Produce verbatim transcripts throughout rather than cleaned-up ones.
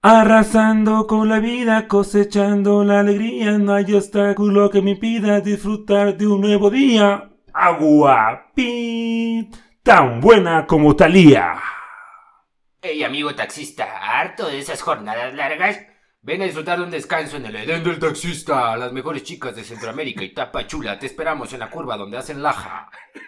Arrasando con la vida, cosechando la alegría, no hay obstáculo que me impida disfrutar de un nuevo día. Agua, pi, tan buena como Thalía. Hey amigo taxista, ¿harto de esas jornadas largas? Ven a disfrutar de un descanso en el Edén del taxista. Las mejores chicas de Centroamérica y Tapachula te esperamos en la curva donde hacen laja.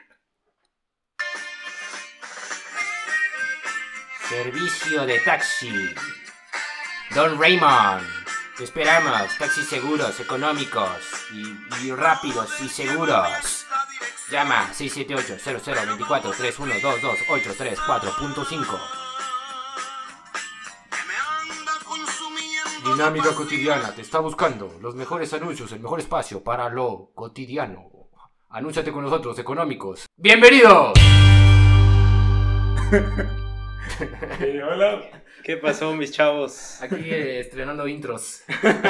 Servicio de taxi. Don Raymond. Te esperamos. Taxis seguros, económicos y, y rápidos y seguros. Llama seis siete ocho, cero cero dos cuatro, tres uno dos dos ocho tres cuatro punto cinco. Dinámica cotidiana te está buscando los mejores anuncios, el mejor espacio para lo cotidiano. Anúnciate con nosotros, económicos. ¡Bienvenidos! Hey, hola. ¿Qué pasó, mis chavos? Aquí eh, estrenando intros.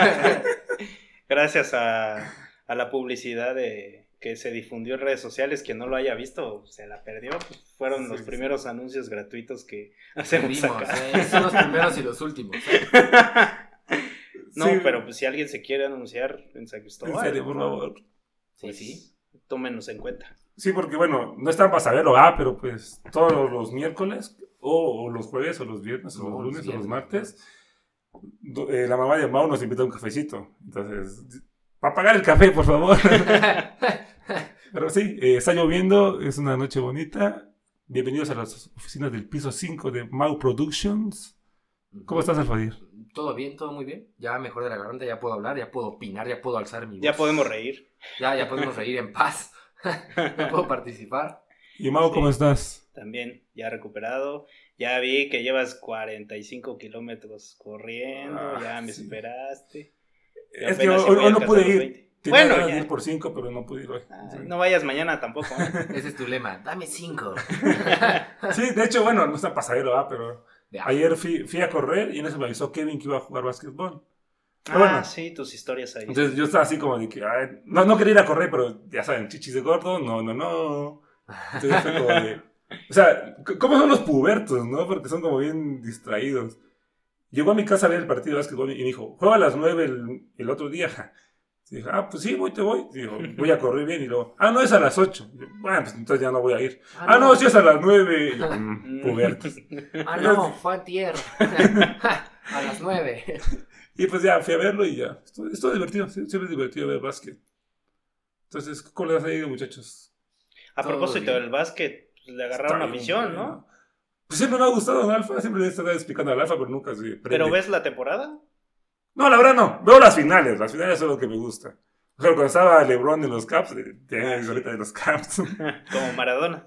Gracias a, a la publicidad de, que se difundió en redes sociales, quien no lo haya visto, se la perdió. Pues fueron sí, los sí. primeros anuncios gratuitos que hacemos Vimos, acá. Eh, son los primeros y los últimos. ¿eh? No, Sí. pero pues si alguien se quiere anunciar en San Cristóbal, En serio, por favor. Sí, pues, sí. tómenos en cuenta. Sí, porque bueno, no están para saberlo, ah, pero pues todos los miércoles, o, o los jueves, o los viernes, o los No, lunes, los o los viernes. martes, do- eh, la mamá de Mau nos invita a un cafecito. Entonces, para pagar el café, por favor. Pero sí, eh, está lloviendo, es una noche bonita. Bienvenidos a las oficinas del piso cinco de Mau Productions. ¿Cómo estás, Alfadir? Todo bien, todo muy bien. Ya mejor de la garganta, ya puedo hablar, ya puedo opinar, ya puedo alzar mi voz. Ya podemos reír. Ya, ya podemos reír en paz. Ya puedo participar. Y Mau, Sí. ¿cómo estás? También, ya recuperado. Ya vi que llevas cuarenta y cinco kilómetros corriendo, Ah, ya me sí. superaste. Yo Es que hoy, apenas si hoy voy a no alcanzar pude los ir. veinte. Tenía Bueno, ganas de ya. ir por cinco, pero no pude ir hoy. Ay, no vayas mañana tampoco, ¿eh? Ese es tu lema. Dame cinco. Sí, de hecho, bueno, no está pasadero, ah, pero Ya. ayer fui, fui a correr y en eso me avisó Kevin que iba a jugar básquetbol. Ah, Pero bueno, sí, tus historias ahí. entonces yo estaba así como de que, ay, no, no quería ir a correr, pero ya saben, chichis de gordo, no, no, no. Entonces fue como de, o sea, c- ¿cómo son los pubertos, no? Porque son como bien distraídos. Llegó a mi casa a ver el partido de básquetbol y me dijo, juega a las nueve el, el otro día. Y dije, ah, pues sí, voy, te voy. Y dijo, voy a correr bien. Y luego, ah, no, es a las ocho. Y yo, bueno, pues entonces ya no voy a ir. Ah, no, sí es a las nueve. Y yo, "Mm, pubertos. Ah, no, fue antier. A las nueve. Y pues ya fui a verlo y ya. Estuvo, estuvo divertido. Sie- Siempre es divertido ver básquet. Entonces, ¿cómo les ha ido, muchachos? A Todo propósito bien. del básquet, pues, le agarraron Está una bien, afición, bueno. ¿no? Pues siempre me ha gustado, ¿no, Alfa? Siempre le he estado explicando al Alfa, pero nunca se prende. ¿Pero ves la temporada? No, la verdad no. Veo las finales. Las finales son lo que me gusta. Pero cuando estaba LeBron en los Caps, eh, tenía mi gorrita de los Caps. Como Maradona.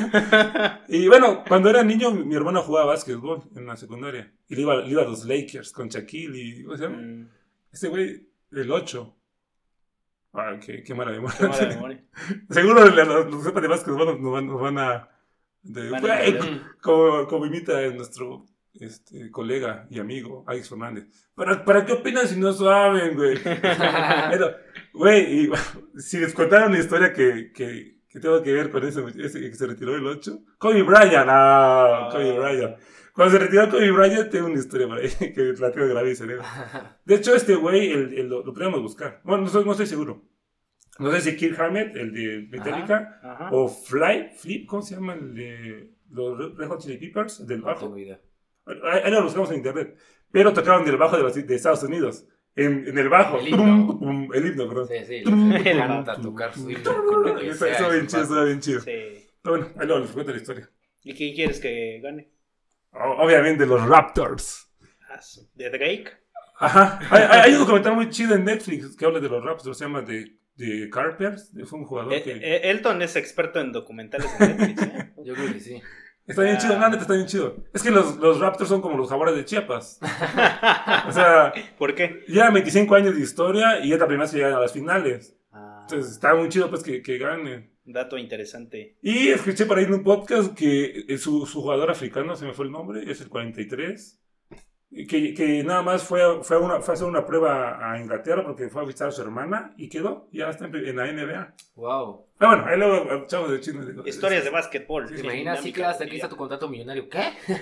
Y bueno, cuando era niño, mi mi hermano jugaba básquetbol en la secundaria. Y le iba, le iba a los Lakers con Shaquille y... ¿Cómo se llama? Mm, Este güey, el ocho. Ah, qué, qué mala memoria. qué mala memoria. Seguro los, los, los sepas de básquetbol nos, nos van, nos van a... de- Van a güey, entender. como, como imita a nuestro este, colega y amigo, Alex Fernández. ¿Para, ¿Para qué opinan si no saben, güey? Pero, güey, y, si les contaron una historia que, que, que tengo que ver con ese, ese que se retiró el ocho. Kobe Bryant, ah, Kobe Bryant. Cuando se retiró Kobe Bryant, tengo una historia por ahí que la tengo grabada en mi cerebro. De hecho, este güey, el, el- lo, lo podríamos buscar. Bueno, no, estoy- no estoy seguro. No sé si Kirk Hammett, el de Metallica, Ajá. o Fly, Flip, ¿cómo se llama? El de los Red Hot Chili Peppers, el del No bajo. tengo idea. Ahí, ahí lo buscamos en internet. Pero tocaban del bajo de, los- de Estados Unidos. En, en el bajo. El himno. Trum, tum, el himno, perdón. Sí, sí. Tum, Les tum, encanta tum, tocar tum, su himno tum, con lo que Está sea. está bien esos chido, está vatos. bien chido. Sí. Pero bueno, ahí luego les cuento la historia. ¿Y quién quieres que gane? O- Obviamente los Raptors. Ah, su- ¿De Drake? Ajá. Hay, hay- hay un documental muy chido en Netflix que habla de los Raptors. Se llama de, de Carpers. Fue un jugador Eh, que... eh, Elton es experto en documentales de Netflix, ¿eh? Yo creo que sí. Está bien chido, la neta está bien chido. Es que los, los Raptors son como los jaguares de Chiapas. O sea, ¿Por qué? llevan veinticinco años de historia y es la primera vez que llegan a las finales. Ah, Entonces está muy chido pues que, que ganen. dato interesante. Y escuché por ahí en un podcast que eh, su, su jugador africano, se me fue el nombre, es el cuarenta y tres. Que, que nada más fue, a- fue, a una, fue a hacer una prueba a Inglaterra porque fue a visitar a su hermana y quedó. Ya está en, en la N B A. Wow. Ah, bueno, ahí luego chavos de chino. Historias de básquetbol. ¿Te Sí, imaginas? Sí, dinámica que hasta aquí del está tu contrato millonario. ¿Qué?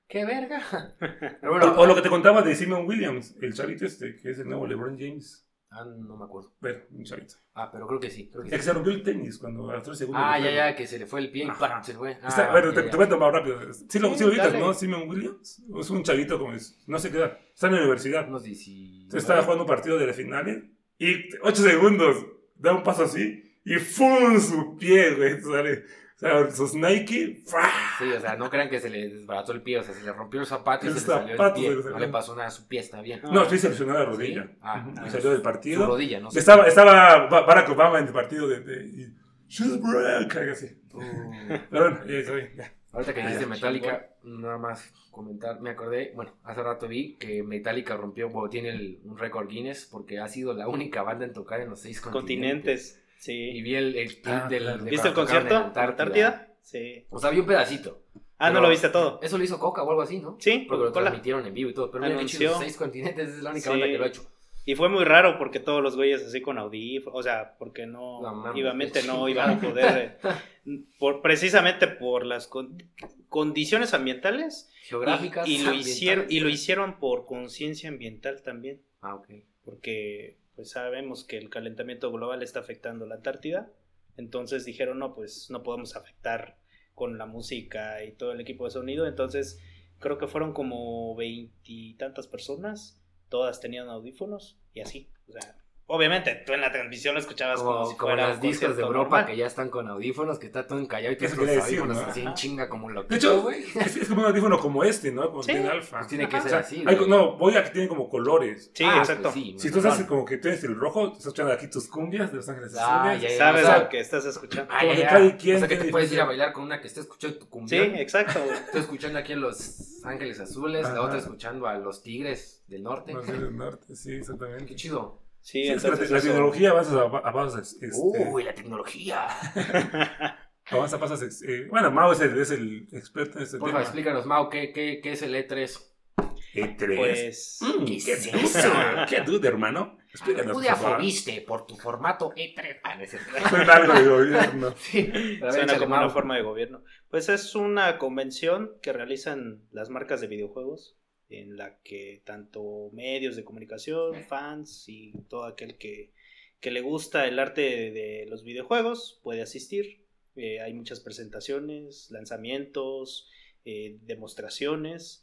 ¡Qué verga! Pero O, bueno, o lo que te contaba de Simon Williams, el chavito este, que es el nuevo LeBron James. ah, no me acuerdo. Bueno, un chavito. Ah, pero creo que sí. Creo que El que sí. se rompió el tenis cuando a los tres segundos. Ah, de ya, juego. ya, que se le fue el pie y Ajá. ¡pam! Se le fue. Ah, Está- bueno, ya, te, ya. te voy a tomar rápido. ¿Sí lo, Sí, sí lo ubicas, dale. no? Simon Williams. Es un chavito como es, no sé qué edad. Está en la universidad. Unos diecinueve. Estaba jugando un partido de las finales y ocho segundos da un paso así y ¡fum! Su pie, güey. Sale. O sea, sus Nike. ¡fua! Sí, o sea, no crean que se le desbarató el pie, o sea, se le rompió el zapato y El se le salió el zapato pie. se le No salió. le pasó nada a su pie, está bien. No, estoy seleccionado de rodilla. ¿Sí? Ah, Ujú, ah, y salió del Su partido. rodilla, no sé. Estaba, estaba Ba- Barack Obama en el partido de. de y, Shoot break, algo así. Uh, Pero bueno, ya está bien. ya. ahorita que Ah, dijiste chingón. Metallica, nada más comentar, me acordé, bueno, hace rato vi que Metallica rompió, bueno, tiene el- un récord Guinness porque ha sido la única banda en tocar en los seis continentes. Continentes, sí. Y vi el, el clip Ah, del... claro. de ¿Viste el cuando tocaron concierto? en ¿En Antártida. Antártida? Sí. O sea, vi un pedacito. Ah, ¿no Pero lo viste todo? Eso lo hizo Coca o algo así, ¿no? Sí, Porque lo Coca-Cola. transmitieron en vivo y todo. Pero mira qué Anunció. chido, seis continentes, es la única Sí. banda que lo ha hecho. Y fue muy raro porque todos los güeyes así con audífonos, o sea, porque no, No mames, obviamente qué no chingada. iban a poder, eh, por, precisamente por las con- condiciones ambientales Geográficas. y, y lo hicieron, y lo ambientales. hicieron por conciencia ambiental también, Ah, ok. porque pues sabemos que el calentamiento global está afectando la Antártida, entonces dijeron, no, pues no podemos afectar con la música y todo el equipo de sonido, entonces creo que fueron como veintitantas personas, todas tenían audífonos y así, o sea, obviamente tú en la transmisión lo escuchabas como, Como, si como fuera las un discos de concierto Europa normal. que ya están con audífonos, que está todo encallado y tienes Eso los quería decir, audífonos ¿no? así en Ajá. chinga como lo De hecho, güey. es, es como un audífono como este, ¿no? Como Sí. tiene alfa. Pues tiene que Ajá. ser O sea, así. hay- güey. no, voy a que tiene como colores. Sí, Ah, exacto. pues sí, Si me tú estás mamón. como que tienes el rojo, estás escuchando aquí tus cumbias de Los Ángeles Ah, Azules. ya, ya. Sabes o sea, lo que estás escuchando. Ah, como ya, que ya. cada quien O sea que te tiene puedes ir a diferente- bailar con una que esté escuchando tu Sí, cumbia. exacto. güey. Estoy escuchando aquí a Los Ángeles Azules, la Ajá. otra escuchando a Los Tigres del Norte. No sé, del norte, sí, exactamente. Qué chido. Sí, Sí, es que la, entonces la eso- tecnología avanza a, a pasos. Este, Uy, la tecnología. avanza a pasos. ex- eh, bueno, Mao es el, es el experto en este Porfa, tema. explícanos, Mau, ¿qué, qué, qué es el E tres? E tres. Pues Mm, ¿qué ¿Qué es duda? eso? ¿Qué duda, hermano? Explícanos, por favor. afobiste por tu formato E tres. Ah, no es cierto. Suena algo de gobierno. Sí, pero a ver, suena échale, como Mau. una forma de gobierno. Pues es una convención que realizan las marcas de videojuegos en la que tanto medios de comunicación, fans y todo aquel que, que le gusta el arte de, de los videojuegos puede asistir. Eh, hay muchas presentaciones, lanzamientos, eh, demostraciones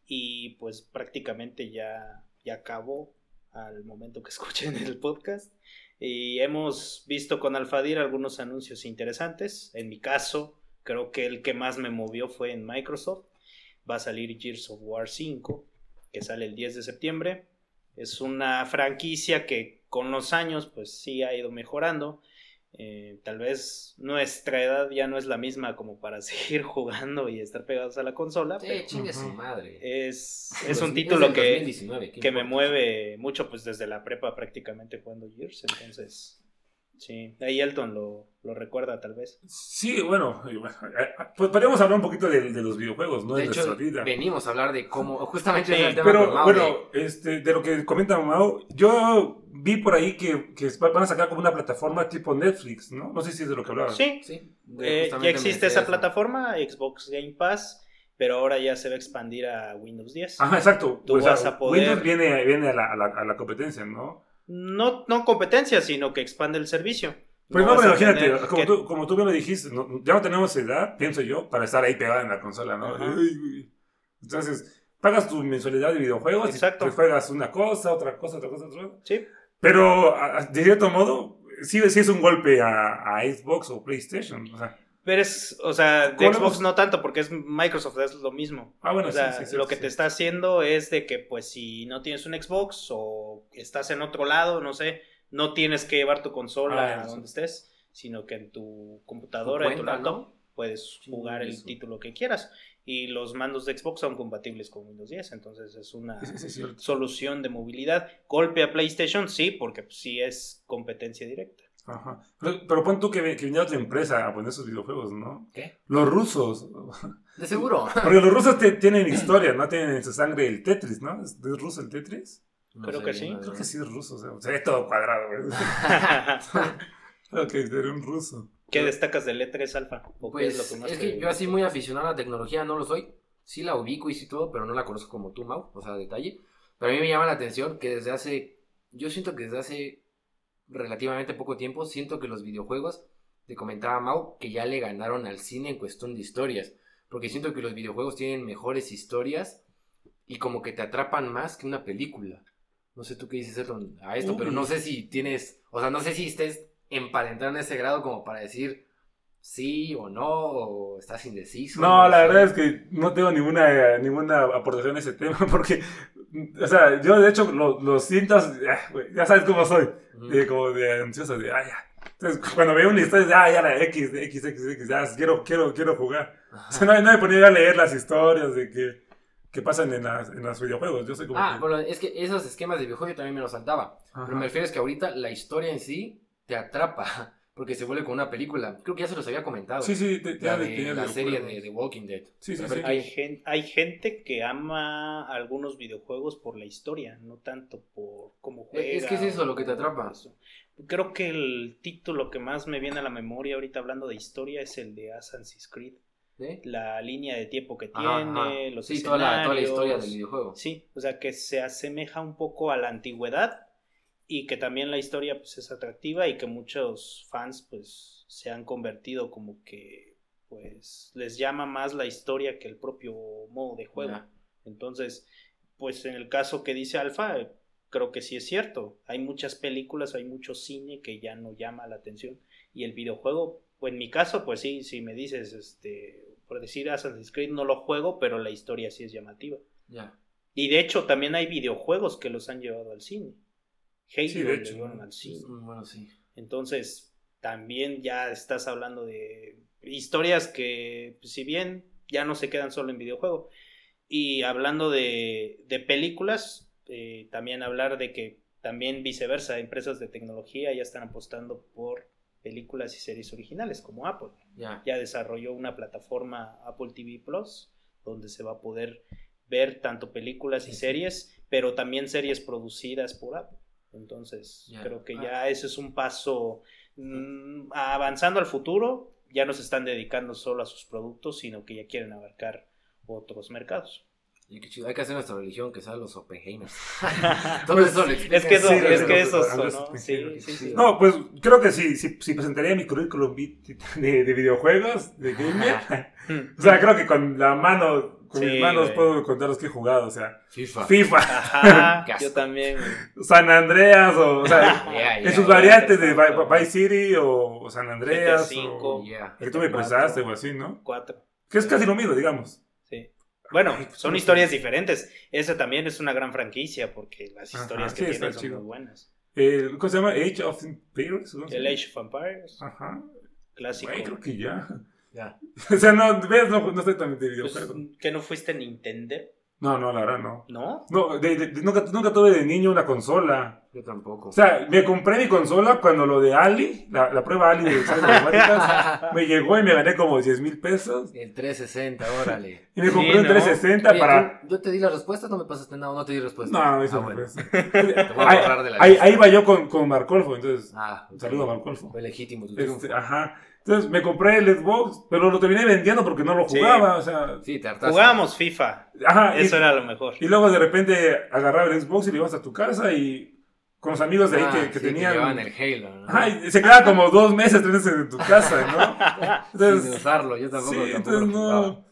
y pues prácticamente ya, ya acabó al momento que escuchen el podcast. Y hemos visto con Alfadir algunos anuncios interesantes. En mi caso, creo que el que más me movió fue en Microsoft. Va a salir Gears of War cinco, que sale el diez de septiembre. Es una franquicia que con los años pues sí ha ido mejorando. Eh, tal vez nuestra edad ya no es la misma como para seguir jugando y estar pegados a la consola, Sí, pero chingue Ujú. su madre. es, Pues, es un es título del que, dos mil diecinueve, ¿qué que me importa? mueve mucho pues desde la prepa prácticamente jugando Gears, entonces sí, ahí Elton lo, lo recuerda tal vez. Sí, bueno, y bueno, eh, pues podríamos hablar un poquito de, de los videojuegos, ¿no? De De hecho, nuestra vida. venimos a hablar de cómo, justamente Sí, ese es el tema Pero con Mau, bueno, este, de lo que comenta Mao, yo vi por ahí que, que van a sacar como una plataforma tipo Netflix, ¿no? No sé si es de lo que hablaba. Sí, de- sí, de- eh, justamente ya me existe decía esa eso. plataforma, Xbox Game Pass, pero ahora ya se va a expandir a Windows diez. Ajá, exacto. Tú O sea, vas a poder- Windows viene, viene a, la, a, la, a la competencia, ¿no? No, no competencia, sino que expande el servicio. Pues no, vas pero a imagínate, tener como, que- tú, como tú me lo dijiste, no- ya no tenemos edad, pienso yo, para estar ahí pegada en la consola, ¿no? Ajá. Uy, uy. Entonces, pagas tu mensualidad de videojuegos Exacto. y te juegas una cosa, otra cosa, otra cosa, otra cosa. Sí, Pero, a- a- de cierto modo, sí, sí es un golpe a, a Xbox o PlayStation. O sea, pero es, o sea, de ¿Cómo lo Xbox hemos- no tanto porque es Microsoft, es lo mismo. ah, bueno, O sea, sí, sí, sí, lo que sí. te está haciendo es de que, pues, si no tienes un Xbox o estás en otro lado, no sé, no tienes que llevar tu consola Ah, a eso. donde estés, sino que en tu computadora, en tu cuenta, laptop, ¿no? puedes Sí, jugar el eso. título que quieras. Y los mandos de Xbox son compatibles con Windows diez, entonces es una Sí, sí, sí, cierto. solución de movilidad. Golpe a PlayStation, sí, porque pues, sí es competencia directa. Ajá. Pero, pero pon tú que, que viniera otra empresa a poner sus videojuegos, ¿no? ¿Qué? Los rusos. De seguro. Porque los rusos te- tienen historia, ¿no? Tienen en su sangre el Tetris, ¿no? ¿Es, ¿es ruso el Tetris? No Creo sé que bien, sí. la Creo que verdad. sí es ruso, o sea, se ve todo cuadrado, güey. Creo que era un ruso. ¿Qué destacas del E tres Alpha? ¿O qué Pues es lo que más es te- que yo así muy aficionado a la tecnología no lo soy. sí la ubico y sí todo, pero no la conozco como tú, Mau, o sea, a detalle. Pero a mí me llama la atención que desde hace, yo siento que desde hace relativamente poco tiempo, siento que los videojuegos, te comentaba Mau, que ya le ganaron al cine en cuestión de historias. Porque siento que los videojuegos tienen mejores historias y como que te atrapan más que una película. No sé tú qué dices a esto, Uy. pero no sé si tienes, o sea, no sé si estés emparentado en ese grado como para decir sí o no, o estás indeciso. No, no la sé. verdad es que no tengo ninguna, ninguna aportación a ese tema, porque, o sea, yo de hecho lo, lo siento, ya sabes cómo soy, uh-huh. de, como de ansioso, de, ah, ya. Entonces, cuando veo una historia, ah, ya la X, X, X, X, ya, quiero, quiero, quiero jugar. O sea, no, no me ponía a leer las historias de que, que pasan en, las, en los videojuegos. Yo soy como ah, que... bueno, es que esos esquemas de videojuego yo también me los saltaba. Ajá. Pero me refiero es que ahorita la historia en sí te atrapa, porque se vuelve como una película. Creo que ya se los había comentado. Sí, sí, te, la, de, de, la serie de, de Walking Dead. Sí, sí, sí. Hay, gen, hay gente que ama algunos videojuegos por la historia, no tanto por cómo juega. Es que es eso lo que te atrapa. Eso. Creo que el título que más me viene a la memoria ahorita hablando de historia es el de Assassin's Creed. ¿Sí? La línea de tiempo que tiene, ajá, ajá. los sí, toda la, toda la historia del videojuego. Sí, o sea que se asemeja un poco a la antigüedad y que también la historia pues es atractiva y que muchos fans pues se han convertido como que pues les llama más la historia que el propio modo de juego. Yeah. Entonces, pues en el caso que dice Alfa, creo que sí es cierto. Hay muchas películas, hay mucho cine que ya no llama la atención. Y el videojuego, pues en mi caso, pues sí, si me dices, este, por decir Assassin's Creed no lo juego, pero la historia sí es llamativa. Ya. Yeah. Y de hecho también hay videojuegos que los han llevado al cine. Halo sí, de hecho, llevaron al cine. Bueno, sí. Entonces, también ya estás hablando de historias que, pues, si bien ya no se quedan solo en videojuego. Y hablando de, de películas, eh, también hablar de que también viceversa, empresas de tecnología ya están apostando por películas y series originales, como Apple. Yeah. Ya desarrolló una plataforma Apple T V Plus, donde se va a poder ver tanto películas y sí, series, sí. pero también series producidas por Apple. Entonces, yeah. creo que ya ese es un paso mmm, avanzando al futuro. Ya no se están dedicando solo a sus productos, sino que ya quieren abarcar otros mercados. Y qué chido, hay que hacer nuestra religión que sean los Oppenheimers. Todo eso lo explica. Es que eso, sí, es que eso, eso, ¿no? Sí, sí, sí. No, pues creo que sí, sí, sí presentaría mi currículum de, de videojuegos, de gamer. O sea, creo que con la mano, con sí, mis manos güey. puedo contar los que he jugado, o sea. FIFA. FIFA. Ajá, yo también. San Andreas, o, o sea, yeah, yeah, en sus yeah, variantes yeah, de Vice City o, o San Andreas. cinco, o yeah. el que tú me prestaste o así, ¿no? cuatro. Que es casi lo mismo, digamos. Sí. Bueno, son historias diferentes. Esa también es una gran franquicia porque las historias Ajá, que sí, tienen son chido. muy buenas. Eh, ¿Cómo se llama? Age of Empires. ¿No? El Age of Empires. Ajá. Clásico. Güey, creo que ya. Ya. O sea, no, ves, no, no estoy tan de videojuegos. Pues, ¿que no fuiste Nintendo? No, no, la verdad no. ¿No? No, de, de, de, nunca, nunca tuve de niño una consola. Yo tampoco. O sea, me compré mi consola cuando lo de Ali, la, la prueba Ali de exámenes matemáticas, me llegó y me gané como diez mil pesos. El trescientos sesenta, órale. Y me compré sí, un ¿no? trescientos sesenta Oye, para... ¿Yo te di la respuesta? ¿No me pasaste nada? ¿No te di respuesta? No, no, eso ah, no bueno. fue. Te voy a borrar de la ahí, ahí iba yo con, con Marcolfo, entonces... Ah, un saludo a Marcolfo. Fue legítimo tu triunfo. Este, ajá. Entonces me compré el Xbox, pero lo terminé vendiendo porque no lo jugaba, sí. o sea... Sí, te hartaste. Jugábamos FIFA. Ajá. Eso y, era lo mejor. Y luego de repente agarraba el Xbox y le ibas a tu casa y... Con los amigos de ahí ah, que, que sí, tenían... Que llevaban el Halo, ¿no? Ajá, y se quedaba como dos meses, tres meses en tu casa, ¿no? Entonces, sin usarlo, yo tampoco. Sí, tampoco entonces no,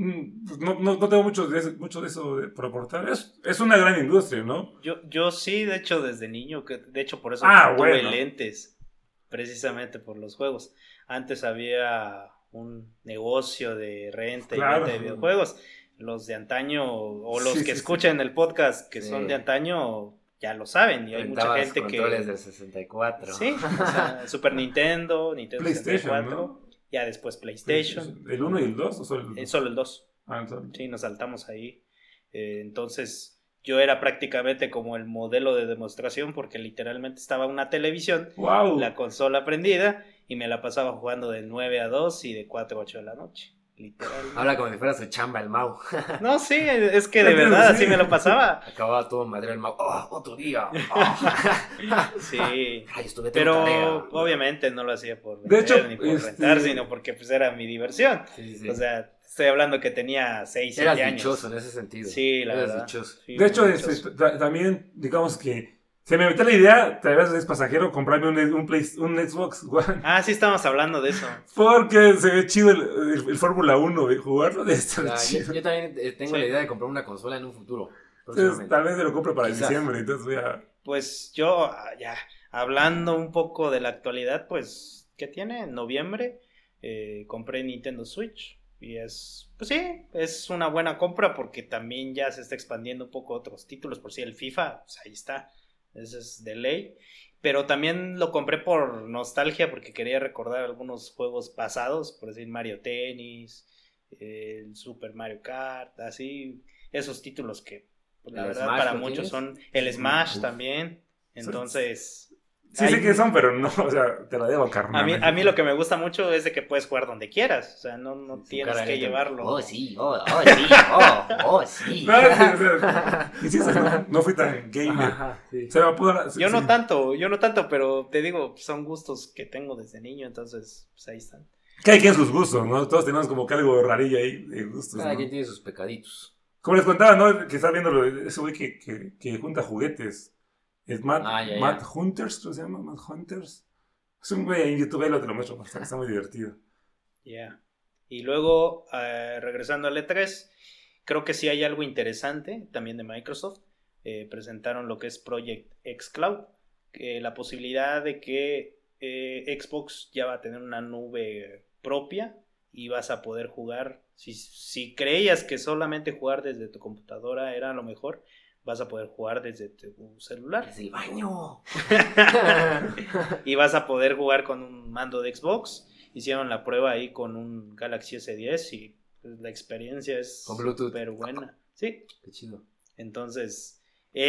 no, no, no tengo mucho de, mucho de eso de, por aportar. Es, es una gran industria, ¿no? Yo, yo sí, de hecho, desde niño, que de hecho por eso ah, tuve bueno. lentes, precisamente por los juegos. Antes había un negocio de renta y claro. venta de videojuegos. Los de antaño, o los sí, que sí, escuchan sí. el podcast, que sí. son de antaño... Ya lo saben, y hay mucha gente que... controles del sesenta y cuatro. Sí, o sea, Super Nintendo, Nintendo sesenta y cuatro, ¿no? ya después PlayStation. PlayStation. ¿El uno y el dos o solo el dos? Eh, solo el dos. Ah, entonces. Sí, nos saltamos ahí. Eh, entonces, yo era prácticamente como el modelo de demostración porque literalmente estaba una televisión, wow. la consola prendida, y me la pasaba jugando de nueve a dos y de cuatro a ocho de la noche. Literalmente. Habla como si fuera su chamba el Mau. No, sí, es que de verdad así me lo pasaba. Acababa todo madre el Mau. ¡Oh, otro día! Oh. Sí. Ay, estuve pero tarea. obviamente no lo hacía por vender, de hecho, ni por este... rentar, sino porque pues era mi diversión. Sí, sí. O sea, Estoy hablando que tenía seis, siete Eras años. dichoso en ese sentido. Sí, la Eras verdad. dichoso. Sí, De hecho, muy este, dichoso. ta- también, digamos que se me metió la idea, tal vez es pasajero, comprarme un, un, Play, un Xbox One. Ah, sí, estábamos hablando de eso. Porque se ve chido el, el, el Fórmula uno, güey, jugarlo de estar Ya, yo, chido. yo también eh, tengo Sí. la idea de comprar una consola en un futuro. Entonces, próximamente. tal vez me lo compre para Quizás. diciembre, entonces voy a... Pues yo, ah, ya, hablando un poco de la actualidad, pues, ¿qué tiene? En noviembre eh, compré Nintendo Switch. Y es, pues sí, es una buena compra porque también ya se está expandiendo un poco otros títulos. Por si el FIFA, pues ahí está. Ese es de ley. Pero también lo compré por nostalgia porque quería recordar algunos juegos pasados. Por decir Mario Tennis, eh, el Super Mario Kart, así. Esos títulos que, pues, la ¿El verdad, Smash para lo muchos tienes? son... El Smash Uf. también. Entonces... Sí hay- sé que son, pero no, o sea, te la debo, carnal. a mí, a mí lo que me gusta mucho es de que puedes jugar donde quieras. O sea, no, no Su tienes cara que de- llevarlo. Oh, sí, oh, oh, sí, oh, oh, sí. No, sí, o sea, insisto, no, no fui tan gamer. Ajá, sí. Se me pudo... Yo sí. no tanto, yo no tanto, pero te digo, son gustos que tengo desde niño, entonces, pues ahí están. Cada quien sus gustos, ¿no? Todos tenemos como que algo rarillo ahí de gustos, Cada ¿no? quien tiene sus pecaditos. Como les contaba, ¿no? Que estaba viendo lo- ese güey que, que, que junta juguetes. Es Matt, Ah, ya, ya. Matt Hunters, ¿cómo se llama? Matt Hunters. Es un güey ahí en YouTube, ahí lo te lo muestro, está, está muy divertido. Ya. Y luego, eh, regresando al E tres, creo que sí hay algo interesante también de Microsoft. Eh, presentaron lo que es Project xCloud, que la posibilidad de que eh, Xbox ya va a tener una nube propia y vas a poder jugar. Si, si creías que solamente jugar desde tu computadora era lo mejor, vas a poder jugar desde tu celular. Desde el baño. Y vas a poder jugar con un mando de Xbox. Hicieron la prueba ahí con un Galaxy S diez y pues, la experiencia es Con Bluetooth. súper buena. Sí, Qué chido. entonces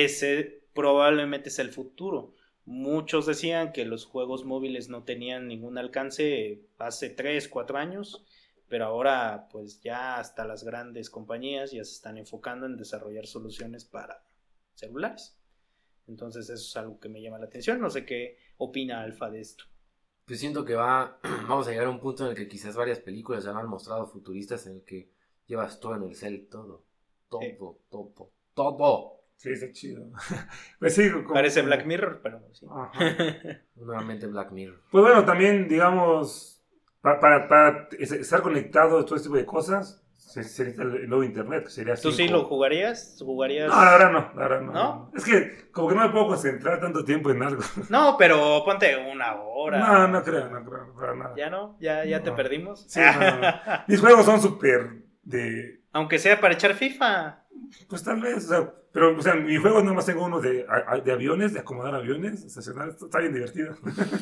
ese probablemente es el futuro. Muchos decían que los juegos móviles no tenían ningún alcance hace tres, cuatro años, pero ahora pues ya hasta las grandes compañías ya se están enfocando en desarrollar soluciones para celulares. Entonces eso es algo que me llama la atención. No sé qué opina Alfa de esto. Pues siento que va, vamos a llegar a un punto en el que quizás varias películas ya lo han mostrado futuristas en el que llevas todo en el cel, todo, todo, Sí. todo, todo. Sí, está chido. Pues sí, como- Parece como- Black Mirror, pero sí. Ajá. Nuevamente Black Mirror. Pues bueno, también, digamos, pa- para, para estar conectado a todo este tipo de cosas, se, se necesita el nuevo internet, que sería ¿Tú sí cinco. lo jugarías? ¿Jugarías? No, la verdad no, la verdad no. ¿No? Es que como que no me puedo concentrar tanto tiempo en algo. No, pero ponte una hora. No, no creo, no creo, para nada. ¿Ya no? ¿Ya, ya te No. perdimos? Sí, no, no. Mis juegos son súper de... Aunque sea para echar FIFA. Pues tal vez, o sea, pero, o sea, mis juegos nomás tengo uno de, a- a- de aviones, de acomodar aviones, estacionar, esto está bien divertido.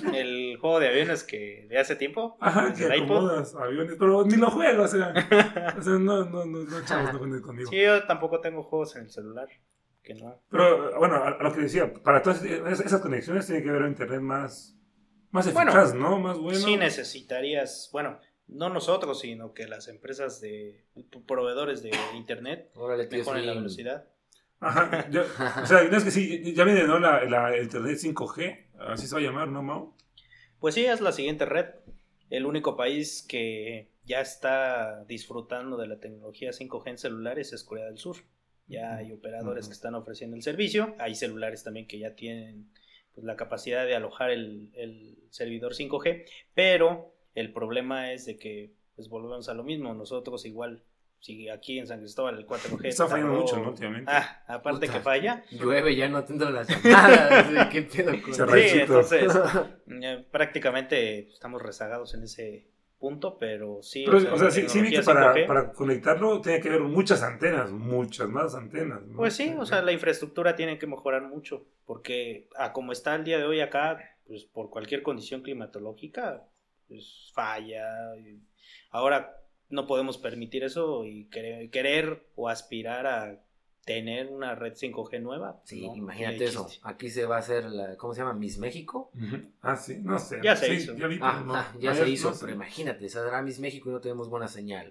El juego de aviones que de hace tiempo. Ajá, que ¿El iPod? acomodas aviones, pero ni lo juego, o sea, o sea, no, no, no, no, chavos, no cuenten conmigo. Sí, yo tampoco tengo juegos en el celular. Que no. Pero, bueno, a, a lo que decía, para todas esas, esas conexiones tiene que haber un internet más, más Bueno, eficaz, ¿no? Más bueno. Sí necesitarías, bueno, no nosotros, sino que las empresas de proveedores de internet Órale, tío mejoren la Slim. velocidad. Ajá, yo- o sea, no es que sí, ya viene, ¿no? La, la el internet cinco G, así se va a llamar, ¿no, Mau? Pues sí, es la siguiente red. El único país que ya está disfrutando de la tecnología cinco G en celulares es Corea del Sur. Ya hay operadores Ujú. que están ofreciendo el servicio. Hay celulares también que ya tienen pues, la capacidad de alojar el, el servidor cinco G. Pero el problema es de que pues volvemos a lo mismo. Nosotros igual, si aquí en San Cristóbal el cuatro G Está fallando tardó- mucho, ¿no? Últimamente. Ah, aparte Puta. que falla. Llueve, ya no atendo las llamadas. ¿Qué pedo con Se Sí, Raycito. entonces eh, prácticamente estamos rezagados en ese punto, pero sí. Pero, o sea, o sea, la sí, sí, tecnología viste, para, cinco G, para conectarlo tiene que haber muchas antenas, muchas más antenas, ¿no? Pues sí, o sea, la infraestructura tiene que mejorar mucho, porque a como está el día de hoy acá, pues por cualquier condición climatológica, pues falla. y ahora no podemos permitir eso y querer, querer o aspirar a tener una red cinco G nueva. Sí, no, imagínate no eso. existe. Aquí se va a hacer la, ¿cómo se llama? Miss México. Ujú. Ah, sí, no sé. Ya se Sí, hizo. Ya vi, Ah, pero no. ah, ya No, se hizo, no sé. pero imagínate, saldrá Miss México y no tenemos buena señal.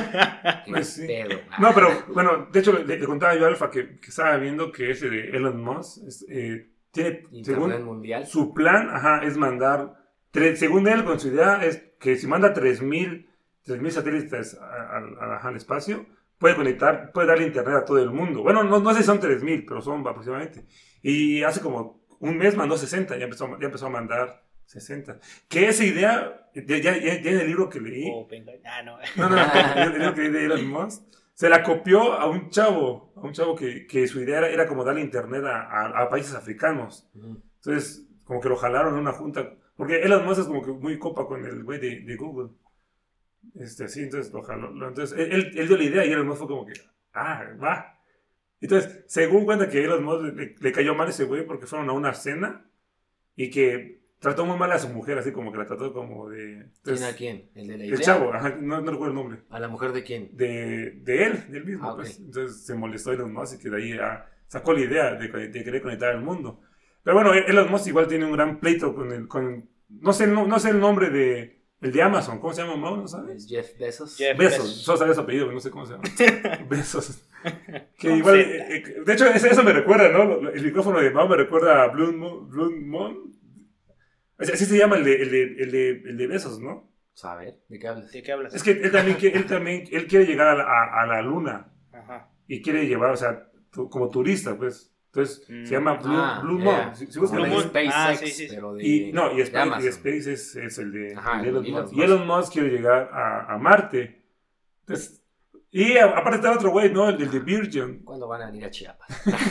Qué Pues sí. pedo. No, pero bueno, de hecho le, le contaba yo a Alfa que, que estaba viendo que ese de Elon Musk es, eh, tiene, Internet según mundial. su plan, ajá, es mandar, tre- según él, con su idea, es que si manda tres mil tres mil satélites a- a- a- al espacio, puede conectar, puede darle internet a todo el mundo. Bueno, no, no sé si son tres mil, pero son aproximadamente. Y hace como un mes mandó sesenta, ya empezó, ya empezó a mandar sesenta. Que esa idea, ya, ya, ya en el libro que leí, Oh, venga. Ah, no. no, no, no, el libro que leí de Elon Musk, se la copió a un chavo, a un chavo que, que su idea era, era como darle internet a, a, a países africanos. Ujú. Entonces, como que lo jalaron en una junta, porque Elon Musk es como que muy copa con el güey de, de Google. Este, así, entonces lo jaló. lo- Entonces, él, él- él dio la idea y Elon Musk fue como que, ah, va. Entonces, según cuenta que Elon Musk le, le cayó mal a ese güey porque fueron a una cena y que trató muy mal a su mujer, así como que la trató como de... ¿Quién Entonces, a quién? ¿El de la idea? el chavo, ajá, no, no recuerdo el nombre. ¿A la mujer de quién? De, de él, de él mismo. Ah, ok. Pues. Entonces se molestó Elon Musk y que de ahí ah, sacó la idea de, de querer conectar al mundo. Pero bueno, Elon Musk igual tiene un gran pleito con el... Con, no, sé, no, no sé el nombre de... El de Amazon, ¿cómo se llama, Mau? ¿No sabes? ¿Es Jeff Bezos? Jeff. Besos, Bezos. solo sabía su apellido, pero no sé cómo se llama. Besos. Que Con igual, Z. eh, eh, de hecho, eso, eso me recuerda, ¿no? El micrófono de Mau me recuerda a Blue Moon. Blue Moon. O sea, así se llama el de, el de, el de, el de Besos, ¿no? ¿Saber? ¿De qué hablas? ¿De qué hablas? Es que él también, quiere- él también él quiere llegar a la, a, a la luna Ajá. y quiere llevar, o sea, tu- como turista, pues. Entonces, Mm. se llama Blue, Ah, Blue ya. Moon. Si, si buscan Blue ahí- Moon. SpaceX, Ah, sí, sí, sí. pero de, Y, no, y de Space, y Amazon. Space es, es el de, Ajá, el de Elon Elon Musk. Musk. Y Elon Musk quiere llegar a, a Marte. Entonces, y a- aparte está otro güey, ¿no? El, el de Virgin. ¿Cuándo van a venir a Chiapas?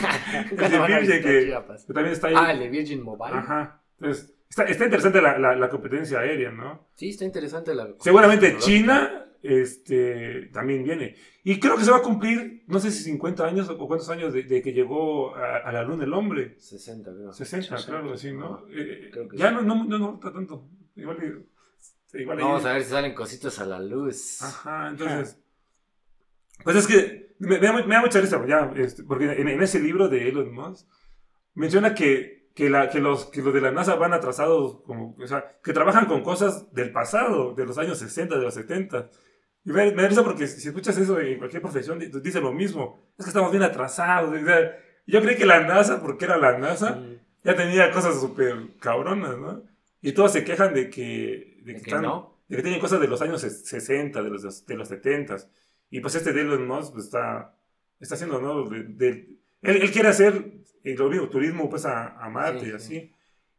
El ¿Cuándo de van a Virgin visitar que, Chiapas? que también está ahí. Ah, el de Virgin Mobile. Ajá. Entonces, está, está interesante la, la, la competencia aérea, ¿no? Sí, está interesante la... Seguramente tecnológica. China este, también viene. Y creo que se va a cumplir, no sé si cincuenta años o cuántos años de, de que llegó a, a la luna el hombre. sesenta, creo. sesenta, sesenta. claro, así, ¿no? Eh, Creo que ya sí. no, no, no, no está tanto. Igual, y- igual ahí- Vamos a ver si salen cositas a la luz. Ajá, entonces. Pues es que me, me da, mu- me da mucha risa, ya, este, porque en, en ese libro de Elon Musk menciona que, que, la, que, los, que los de la NASA van atrasados, como, o sea, que trabajan con cosas del pasado, de los años sesenta, de los setenta. Y me, me da risa porque si, si escuchas eso en cualquier profesión, di- dice lo mismo. Es que estamos bien atrasados. O sea, yo creí que la NASA, porque era la NASA, Mm, ya tenía cosas súper cabronas, ¿no? Y todos se quejan de que, de ¿de que, que están, no? de que tienen cosas de los años ses- sesenta, de los, de los setenta. Y pues este de Elon Musk pues, está, está haciendo, ¿no? De, de- él, él quiere hacer, eh, lo mismo, turismo pues a, a Marte Sí, y sí. así.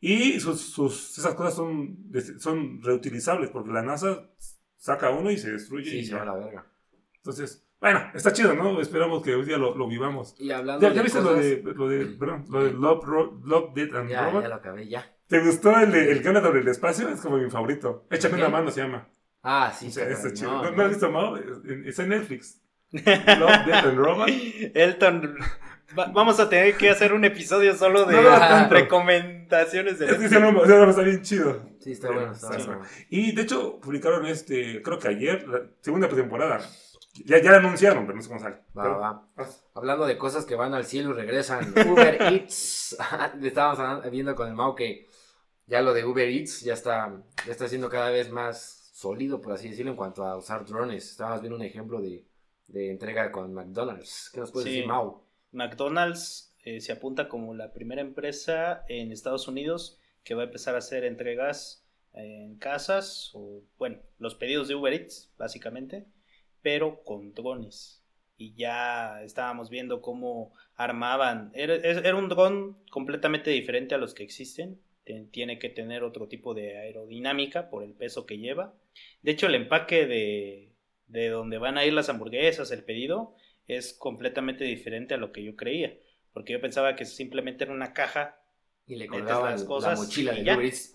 Y sus, sus, esas cosas son, de- son reutilizables porque la NASA saca uno y se destruye. Sí, y se ya. va a la verga. Entonces, bueno, está chido, ¿no? Esperamos que un día lo, lo vivamos. Y hablando ¿Ya, de ya viste cosas... lo de, lo de, perdón, lo de Love, Ro- Love, Death and Ya, Robot? ya lo acabé, ya. ¿Te gustó el, de, el que habla sobre el espacio? Es como mi favorito. Échame ¿Qué? una mano se llama. Ah, sí, O sea, está está chido. cabrón, ¿No, ¿no? ¿no has visto, Mau? Está en Netflix. Love, Death and Robot. Elton, va- vamos a tener que hacer un episodio solo de No, no, tanto. recomendaciones de Es que Netflix. ese no, ese no está bien chido. Sí, está bueno, está Sí. bueno. Y de hecho, publicaron este, creo que ayer, la segunda temporada. Ya, ya la anunciaron, pero no sé cómo sale. Va, Pero- va. ah, Hablando de cosas que van al cielo y regresan, Uber Eats. Estábamos hablando- viendo con el Mau que ya lo de Uber Eats ya está, ya está siendo cada vez más sólido, por así decirlo, en cuanto a usar drones. Estábamos viendo un ejemplo de, de entrega con McDonald's. ¿Qué nos puedes Sí. decir, Mau? McDonald's eh, se apunta como la primera empresa en Estados Unidos que va a empezar a hacer entregas en casas o, bueno, los pedidos de Uber Eats, básicamente, pero con drones. Y ya estábamos viendo cómo armaban. Era, era un dron completamente diferente a los que existen. Tiene que tener otro tipo de aerodinámica por el peso que lleva. De hecho, el empaque de, de donde van a ir las hamburguesas, el pedido, es completamente diferente a lo que yo creía. Porque yo pensaba que simplemente era una caja. Y le Metes colgaban las la cosas mochila y de ya. Uber Eats.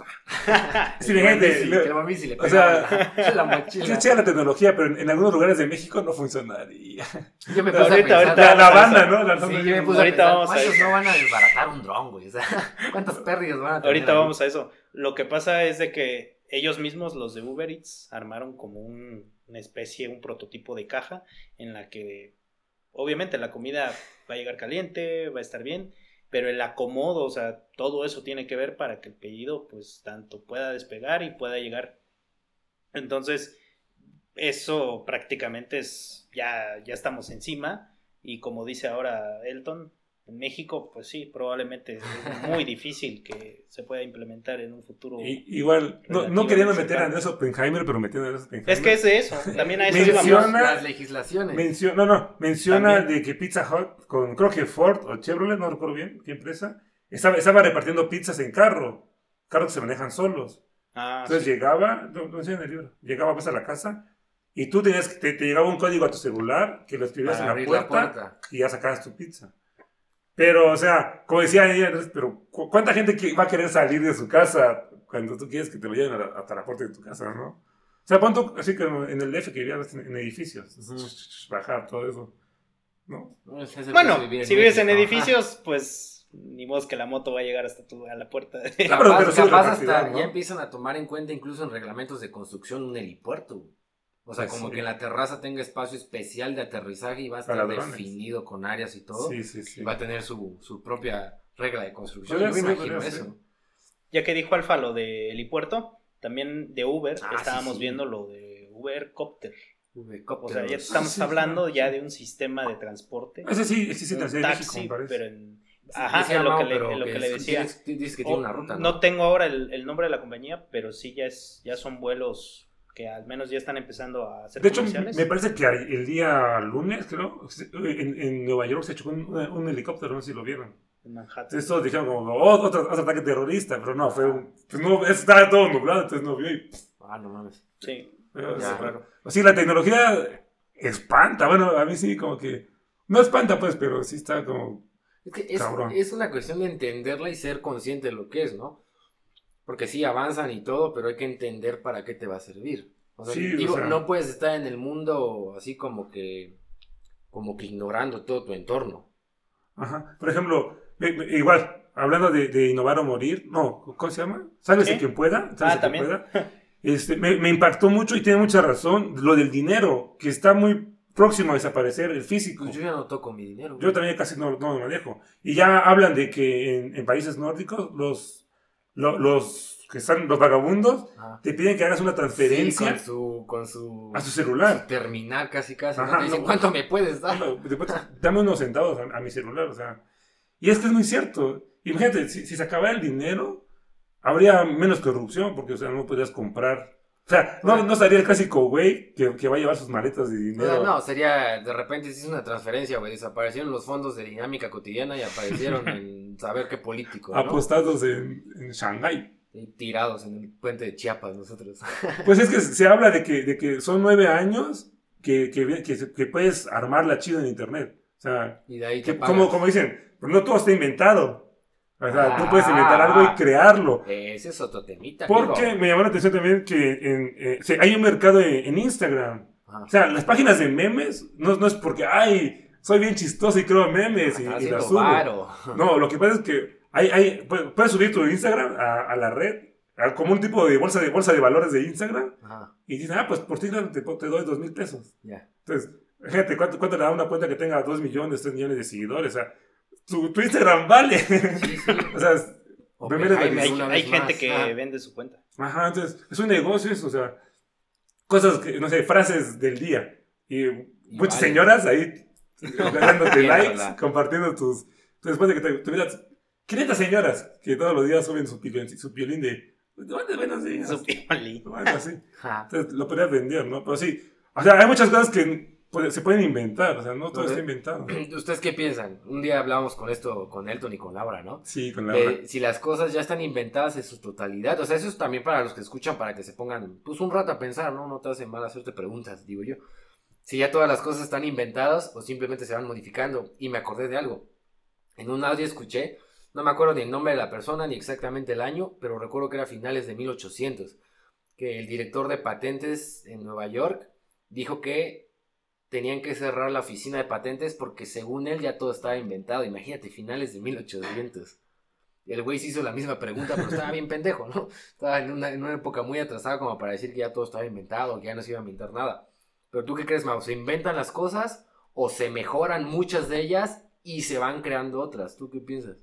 Sí, gente, Que le- el mami sí le o sea, colgaba la, la sí, mochila. chida la tecnología, pero en, en algunos lugares de México no funcionaría. Yo me Pero puse ahorita- a pensar, ahorita La, la vamos a banda, eso. ¿no? La sí, banda- yo me puse Ahorita a pensar, vamos a ¿cuántos eso. no van a desbaratar un dron, güey? O sea, ¿cuántos pérdidos van a tener? Ahorita ahí? vamos a eso. Lo que pasa es de que ellos mismos, los de Uber Eats, armaron como un, una especie, un prototipo de caja en la que obviamente la comida va a llegar caliente, va a estar bien, pero el acomodo, o sea, todo eso tiene que ver para que el pedido pues tanto pueda despegar y pueda llegar. Entonces, eso prácticamente es, ya, ya estamos encima y como dice ahora Elton, En México, pues sí, probablemente es muy difícil que se pueda implementar en un futuro. Y, igual, no, no queriendo meter a Andrés Oppenheimer, pero metiendo a Andrés Oppenheimer. Es que es de eso, también a eso menciona, íbamos. Las legislaciones. Menciona, no, no, menciona También. de que Pizza Hut, con creo que Ford o Chevrolet, no recuerdo bien qué empresa, estaba, estaba repartiendo pizzas en carro, carros que se manejan solos. Ah, Entonces sí. llegaba, no, no sé en el libro, llegaba pues a la casa y tú tenías que, te, te llegaba un código a tu celular que lo escribías Para en la abrir puerta, la puerta. y ya sacabas tu pizza. Pero, o sea, como decía ella, pero ¿cu- ¿cuánta gente que va a querer salir de su casa cuando tú quieres que te lo lleven a la- hasta la puerta de tu casa, no? O sea, pon tú, así como en el D F que vivías en, en edificios, Ujú. bajar todo eso, ¿no? No, ese es el Bueno, precio de vivir si vives en México. edificios, pues ni modo que la moto va a llegar hasta tu, a la puerta. Ajá. pero- Capaz, pero sí lo capaz repartirán, hasta ¿no? ya empiezan a tomar en cuenta incluso en reglamentos de construcción un helipuerto. güey. O sea, Pues como sí. que en la terraza tenga espacio especial de aterrizaje y va a estar Para drones. definido con áreas y todo. Sí, sí, sí. Y va a tener su, su propia regla de construcción. Podría Yo me ser, imagino podría eso. ser. Ya que dijo Alfa lo de helipuerto, también de Uber Ah, estábamos sí, sí. viendo lo de Uber Copter. O Helicópteros. sea, ya estamos Ah, sí, hablando sí. ya de un sistema de transporte. Ese sí existe en Un la Ciudad de México, taxi, me parece. pero en... Sí, Ajá, se en lo llama, que le, pero en lo que que le es- decía. tienes- Dices que tiene O- una ruta, ¿no? no tengo ahora el, el nombre de la compañía, pero sí ya es ya son vuelos que al menos ya están empezando a hacer De hecho, comerciales. me parece que el día lunes, creo, en, en Nueva York se chocó un, un helicóptero, no sé si lo vieron. En Manhattan. Entonces todos dijeron como, oh, otro, otro ataque terrorista, pero no, fue un... Pues no, estaba todo nublado, entonces no vio y... Ah, no mames. Sí. Pero, Ya. sí, claro. Sí, la tecnología espanta, bueno, a mí sí como que... No espanta pues, pero sí está como... Es que es, Cabrón. es una cuestión de entenderla y ser consciente de lo que es, ¿no? Porque sí, avanzan y todo, pero hay que entender para qué te va a servir. O sea, Sí, digo, o sea- no puedes estar en el mundo así como que, como que ignorando todo tu entorno. Ajá. Por ejemplo, me- me- igual, hablando de, de innovar o morir, no, ¿cómo se llama? Sálvese ¿Sí? quien pueda. Ah, Sálvese quien también. pueda. Este, me, me impactó mucho y tiene mucha razón lo del dinero, que está muy próximo a desaparecer, el físico. Pues yo ya no toco mi dinero. Yo también casi no, no lo manejo. Y ya hablan de que en, en países nórdicos los, lo- los que están los vagabundos Ajá. te piden que hagas una Sí, transferencia con su, con su, a su celular. terminal casi casi. ¿no? Ajá, Te dicen, no. ¿cuánto me puedes dar? No, después, dame unos centavos a, a mi celular, o sea. Y es que es muy cierto. Imagínate, si, si se acabara el dinero, habría menos corrupción, porque, o sea, no podrías comprar. O sea, no, no estaría el clásico güey que, que va a llevar sus maletas de O dinero. sea, no, sería, de repente hiciste una transferencia, güey, desaparecieron los fondos de dinámica cotidiana y aparecieron en saber qué político, ¿no? Apostados en, en Shanghái. Y tirados en el puente de Chiapas nosotros. Pues es que se habla de que, de que son nueve años que, que, que, que puedes armarla chido en internet. O sea, Y de ahí te que, pagas. como, como dicen, pues no todo está inventado. O sea, tú Ah. puedes inventar algo y crearlo. Ese es otro temita, Porque amigo. me llamó la atención también que en, eh, sí, hay un mercado en, en Instagram. Ajá. O sea, las páginas de memes no, no es porque, ay, soy bien chistoso y creo memes y, Está y las haciendo subo. varo. No, lo que pasa es que hay, hay, puedes puedes subir tu Instagram a, a la red, a- como un tipo de bolsa de bolsa de valores de Instagram, Ajá, y dices, ah, pues por ti te, te doy dos mil pesos. ya. Entonces, gente, ¿cuánto, ¿cuánto le da una cuenta que tenga dos millones, tres millones de seguidores? O sea, tu, tu Instagram vale. Sí, sí. O sea, es- memes Oppenheimer, de- Hay, una hay vez gente más. que Ah, vende su cuenta. Ajá, entonces, es un negocio eso, o sea, cosas que, no sé, frases del día. Y, muchas vale. señoras ahí dándote Viéndola. likes, compartiendo tus... Entonces, después de que te, tuvieras quinientas señoras que todos los días suben su, piolín- su violín de... ¿Dónde ven así? Su piolín. Algo así. ajá. Entonces, lo podrías vender, ¿no? Pero sí, o sea, hay muchas cosas que puede- se pueden inventar, o sea, no todo Ok. está inventado. ¿Ustedes qué piensan? Un día hablábamos con esto, con Elton y con Laura, ¿no? Sí, con la... De si las cosas ya están inventadas en su totalidad. O sea, eso es también para los que escuchan, para que se pongan pues un rato a pensar, ¿no? No te hace mal hacerte preguntas, digo yo. Si ya todas las cosas están inventadas o simplemente se van modificando. Y me acordé de algo. En un audio escuché, no me acuerdo ni el nombre de la persona ni exactamente el año, pero recuerdo que era a finales de mil ochocientos, que el director de patentes en Nueva York dijo que tenían que cerrar la oficina de patentes porque según él ya todo estaba inventado. Imagínate, finales de mil ochocientos. Y el güey se hizo la misma pregunta, pero estaba bien pendejo, ¿no? Estaba en una, en una época muy atrasada como para decir que ya todo estaba inventado, que ya no se iba a inventar nada. Pero ¿tú qué crees, Mau? ¿Se inventan las cosas o se mejoran muchas de ellas y se van creando otras? ¿Tú qué piensas?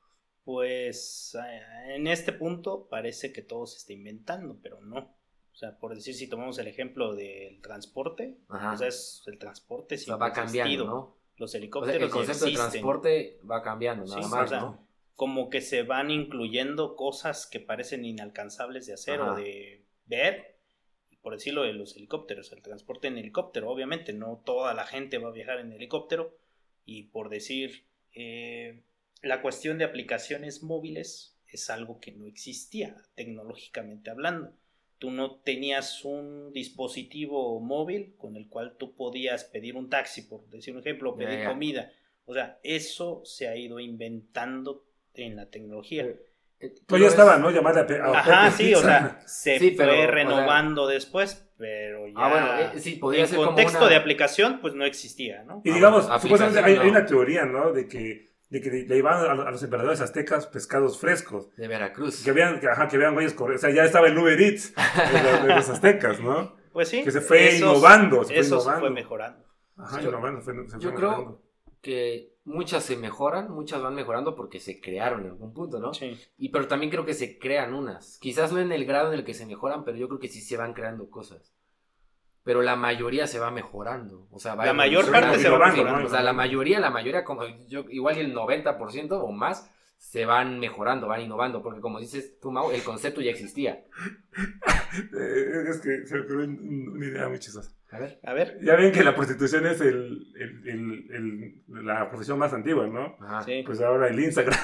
Pues eh, en este punto parece que todo se está inventando, pero no. O sea, por decir, si tomamos el ejemplo del transporte, Ajá. o sea, es, el transporte O sea, siempre va ha cambiando, existido. ¿no? los O sea, helicópteros el concepto de existen. transporte va cambiando, nada Sí, más, o sea, ¿no? como que se van incluyendo cosas que parecen inalcanzables de hacer Ajá. o de ver, y por decirlo de los helicópteros, el transporte en helicóptero, obviamente no toda la gente va a viajar en helicóptero, y por decir, eh, la cuestión de aplicaciones móviles es algo que no existía tecnológicamente hablando. Tú no tenías un dispositivo móvil con el cual tú podías pedir un taxi, por decir un ejemplo, pedir Ya, ya. comida. O sea, eso se ha ido inventando en la tecnología. Eh, eh, Pues ya es- estaba, ¿no? Llamada a, pe- a Ajá, Uber sí, o Pizza. sea, se Sí, pero, fue o renovando después, pero ya Ah, bueno, eh, sí, podría en ser como contexto una- de aplicación, pues no existía, ¿no? Y Ah, digamos, bueno, supuestamente hay, aplicación, hay no. una teoría, ¿no? De que, de que le iban a, a los emperadores aztecas pescados frescos. De Veracruz. Que vean, que, ajá, que vean güeyes correr. O sea, ya estaba el Uber Eats de, los- de los aztecas, ¿no? Pues sí. Que se fue esos- innovando, se fue eso se innovando. fue mejorando. Ajá, Yo- innovando, fue- se fue Yo mejorando. creo que muchas se mejoran, muchas van mejorando porque se crearon en algún punto, ¿no? Sí. Y pero también creo que se crean unas. Quizás no en el grado en el que se mejoran, pero yo creo que sí se van creando cosas. Pero la mayoría se va mejorando. O sea, va La mayor evolucionando. parte se va Innovando, mejorando. ¿no? O sea, la mayoría, la mayoría, como yo, igual el noventa por ciento o más, se van mejorando, van innovando. Porque como dices tú, Mau, el concepto ya existía. Eh, es que se me ocurrió un- una idea muy chistosa. A ver. A ver. Ya ven que la prostitución es el, el, el, el- la profesión más antigua, ¿no? Ajá. Sí. Pues ahora el Instagram.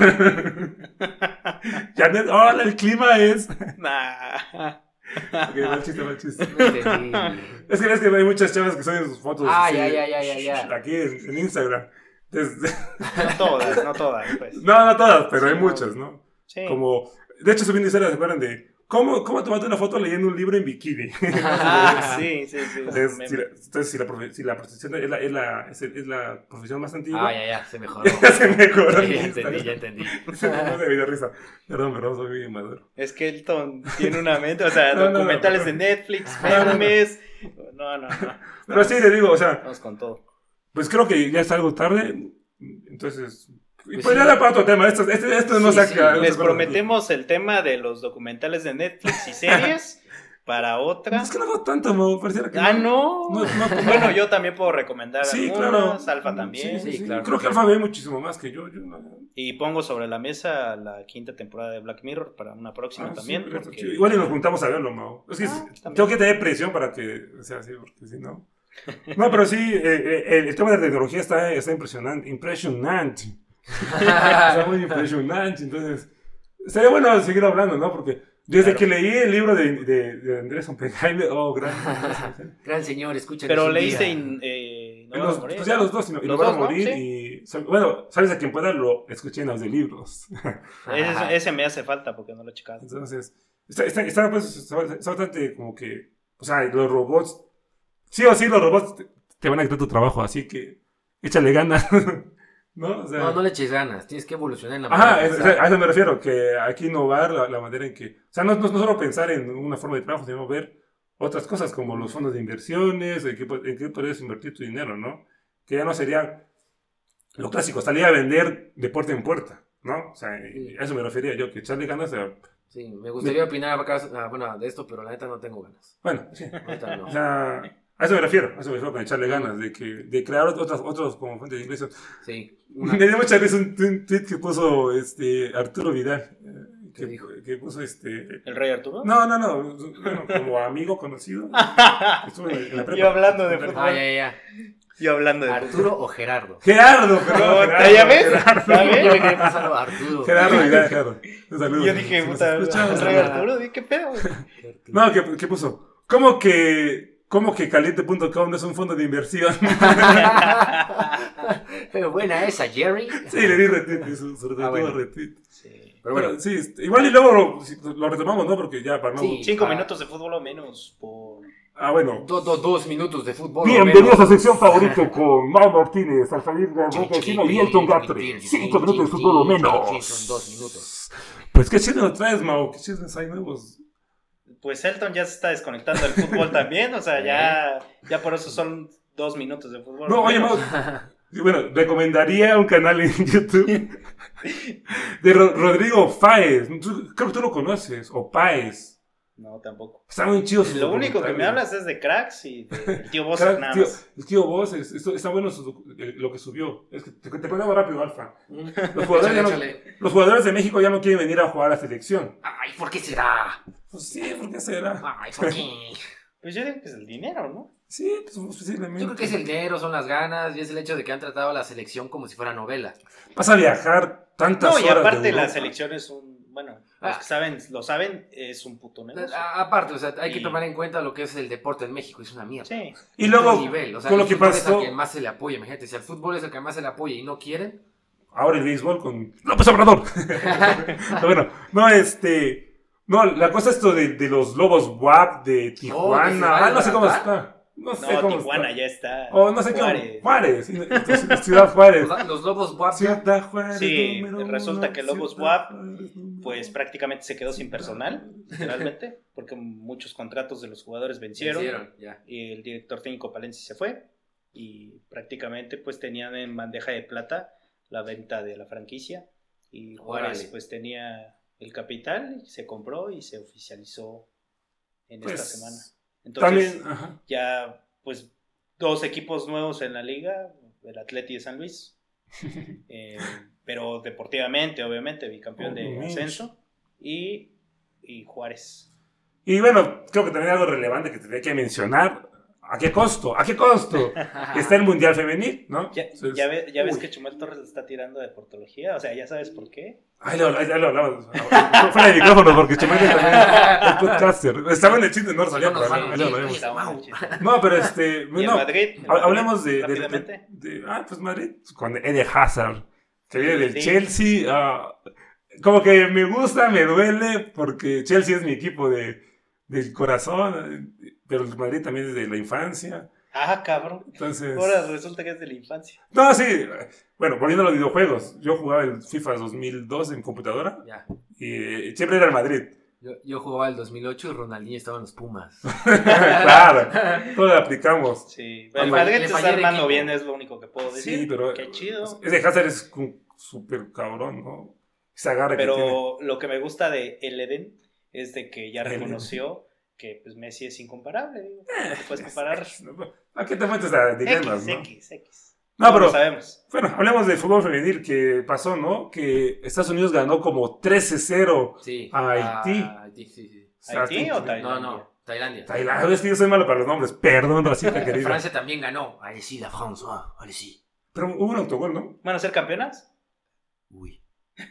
Ya no, ahora el clima es. Nah. Ok, mal chiste, mal chiste. No entendí. Es que ves que hay muchas chavas que suben sus fotos Ah, así, ya, ya, ya, ya, ya. aquí en, en Instagram. Entonces, No todas, no todas, pues. no, no todas, pero hay Sí, muchas, ¿no? Sí. Como, de hecho, subí una historia, ¿se acuerdan de cómo, cómo tomaste una foto leyendo un libro en bikini? Ah, sí, sí, sí. Entonces, Meme. si la, entonces, si la, profe- si la prostitución es la, es, la, es, el- es la profesión más antigua, Ah, ya, ya, se mejoró. ya se mejoró. Ya entendí, ya entendí. No se me dio risa. Perdón, perdón, soy muy inmaduro. Es que Elton tiene una mente, o sea, No, no, no, documentales pero- de Netflix, No, no, no. memes. No, no, no. Pero sí, le digo, o sea, Vamos con todo. pues creo que ya es algo tarde. Entonces, y Pues pues ya sí. da para otro tema. Esto, este, esto no Sí, saca. sí, no Les saca- prometemos el tema de los documentales de Netflix y series para otra. Es que no hago tanto, mo, pareciera que Ah, no. No, no, no. Bueno, yo también puedo recomendar Sí, algunas, claro. Alfa también. Sí, sí, Sí, sí. claro. Creo que Alfa ve muchísimo más que yo. yo no- Y pongo sobre la mesa la quinta temporada de Black Mirror para una próxima Ah, sí, también. pero porque- chido. Igual y nos juntamos a verlo, Mau. Es que Ah, es- también. tengo que tener presión para que sea así, porque si no. No, pero sí, eh, eh, el, el tema de la tecnología está, está impresionante. Impresionante. Está muy impresionante. Entonces, sería bueno seguir hablando, ¿no? Porque desde Claro. que leí el libro de, de, de Andrés Oppenheimer, oh, gracias. Gran señor, escuchen. Pero un leíste día. in- eh, No Los- vas a morir, pues ya ¿no? los dos, y no, y Los no van a dos, ¿no? morir. Sí. Y, so- bueno, sabes a quien pueda, lo escuché en los de libros. Ese, ese me hace falta porque no lo he checado. Entonces, está, está, está, pues, está- está bastante como que, o sea, los robots, sí o sí, los robots te, te van a quitar tu trabajo, así que échale ganas, ¿no? O sea, No, no le eches ganas, tienes que evolucionar en la ajá, manera de es- pensar. a eso me refiero, que hay que innovar la, la manera en que, o sea, no, no, no solo pensar en una forma de trabajo, sino ver otras cosas como los fondos de inversiones, en qué, pu- en qué puedes invertir tu dinero, ¿no? Que ya no sería lo clásico, salir a vender de puerta en puerta, ¿no? O sea, Sí. a eso me refería yo, que echarle ganas a, Sí, me gustaría opinar acá, ah, bueno, de esto, pero la neta no tengo ganas. bueno, sí. Ahorita no. O sea, a eso me refiero, a eso me refiero con echarle ganas, de, que, de crear otras, otros como fuentes de ingresos. Sí. Me dio mucha risa un, un tweet que puso este, Arturo Vidal, eh, ¿Qué que, dijo? que puso este... ¿El Rey Arturo? No, no, no, bueno, como amigo conocido. Estuvo en- en la prepa. Yo hablando de fútbol. Ah, ya, ya. Yo hablando de ¿Arturo o Gerardo? Gerardo, perdón. No, Gerardo, ¿ya ves? Gerardo, ¿Ya ves? Yo me quedé pensando Arturo. Gerardo Vidal, Gerardo. Un saludo. Yo dije, Si nos puta, escuchas. el Rey Arturo, di, ¿qué pedo? No, ¿qué, qué puso? ¿Cómo que, cómo que caliente punto com no es un fondo de inversión? Pero buena esa, Jerry. Sí, le di retweet, y su, su retweet, Ah, bueno. retweet. Sí. Pero bueno, Bueno, sí, este, igual y luego lo, si- lo retomamos, ¿no? Porque ya para no... Sí. Cinco Ah. minutos de fútbol o menos por... Ah, bueno. do- do- dos minutos de fútbol. Bienvenidos o a sección favorita con Mau Martínez, Alfadir menos. García y Elton Gatre. Cinco minutos de fútbol o Son menos. dos minutos. Pues qué chido nos traes, Mau. Qué chidos hay nuevos. Pues Elton ya se está desconectando del fútbol también, o sea, ya, ya por eso son dos minutos de fútbol. No, o oye, menos. Mau. Sí, bueno, recomendaría un canal en YouTube de Ro- Rodrigo Fáez. Tú- Creo que tú lo conoces. O Páez. No, tampoco. Está muy chido. su Lo único que me documental, hablas es de Cracks y del tío Boss Crack, nada tío, más. el tío Boss, es- es- está bueno su- eh, lo que subió. Es que te, te cuento rápido, Alfa. Los jugadores, ya no- Échale, échale. los jugadores de México ya no quieren venir a jugar a la selección. Ay, ¿por qué será? Pues sí, ¿por qué será? Ay, ¿por qué? Pues yo digo que es el dinero, ¿no? Sí, pues posiblemente. Yo creo que es el dinero, son las ganas y es el hecho de que han tratado a la selección como si fuera novela. Vas a viajar tantas No, y horas de aparte la Europa. selección es un, bueno, los Ah. que saben, lo saben, es un puto negocio. A- Aparte, o sea, hay que Y- tomar en cuenta lo que es el deporte en México, es una mierda. Sí. Y luego, El nivel, o sea, con lo el que fútbol es pasó, al que más se le apoya, imagínate, si al fútbol es el que más se le apoya y no quieren, ahora el béisbol con López Obrador. Bueno, no, este... No, la cosa esto de, de los Lobos W A P de Tijuana. que se va a ah, no sé cómo desbaratar. está. No sé No, cómo Tijuana está. ya está. O no sé cómo. Juárez. Juárez. sí, entonces, Ciudad Juárez. los, los Lobos W A P Ciudad Juárez. Sí, número resulta uno, que Lobos Ciudad W A P, Juárez, número Pues uno. prácticamente se quedó sin personal, literalmente, porque muchos contratos de los jugadores vencieron. hicieron, ya. Y el director técnico Palencia se fue. Y prácticamente pues tenían en bandeja de plata la venta de la franquicia. Y Juárez Órale. pues tenía el capital, y se compró y se oficializó en Pues, esta semana. Entonces También, ajá. ya pues dos equipos nuevos en la liga, el Atleti de San Luis, eh, pero deportivamente obviamente, bicampeón de Oh, ascenso, y, y Juárez. Y bueno, creo que también algo relevante que tendría que mencionar. ¿A qué costo? ¿A qué costo? Está el Mundial Femenil, ¿no? Ya, Entonces- ya, ve- ya ves uy. que Chumel Torres le está tirando de portología, o sea, ya sabes por qué. Ay, lo, ay, lo hablamos. Fuera de micrófono, porque Chumel también es podcaster. Estaba en el chiste, no salía, pero ahí lo hablamos. Está bueno el chiste. No, pero este. Y el No, Madrid, el ha- Madrid, hablemos de, de, rápidamente. de- de- Ah, pues Madrid. Con Eden Hazard, que viene del Sí. Chelsea. ah, como que me gusta, me duele, porque Chelsea es mi equipo de, del corazón. eh, Pero el Madrid también es de la infancia. Ah, cabrón. Entonces. Ahora resulta que es de la infancia. No, sí. Bueno, volviendo a los videojuegos. Yo jugaba el FIFA dos mil dos en computadora. Ya. Y eh, siempre era el Madrid. Yo, yo jugaba el dos mil ocho y Ronaldinho estaba en los Pumas. Claro. Todo lo aplicamos. Sí, Le el fallé- Madrid le se fallé está el armando equipo. bien, es lo único que puedo decir. Sí, pero. Qué chido. Ese Hazard es un súper cabrón, ¿no? Se agarra que tiene. Pero lo que me gusta de el Eden es de que ya El reconoció que pues Messi es incomparable. Digo, no te puedes comparar. ¿A qué te metes a dilemas, X, no? X, X. No, No pero, lo sabemos. bueno, hablemos del fútbol femenil que pasó, ¿no? Que Estados Unidos ganó como trece cero Sí. a Haití. Ah, Haití, sí, sí. O sea, ¿Haití sí, o sí. Tailandia? No, no, Tailandia. Tailandia, es que yo soy malo para los nombres. Perdón, Racita querida. Francia también ganó. Allez, sí, la France, ah, allez, sí. Pero hubo un autogol, ¿no? ¿Van a ser campeonas? Uy.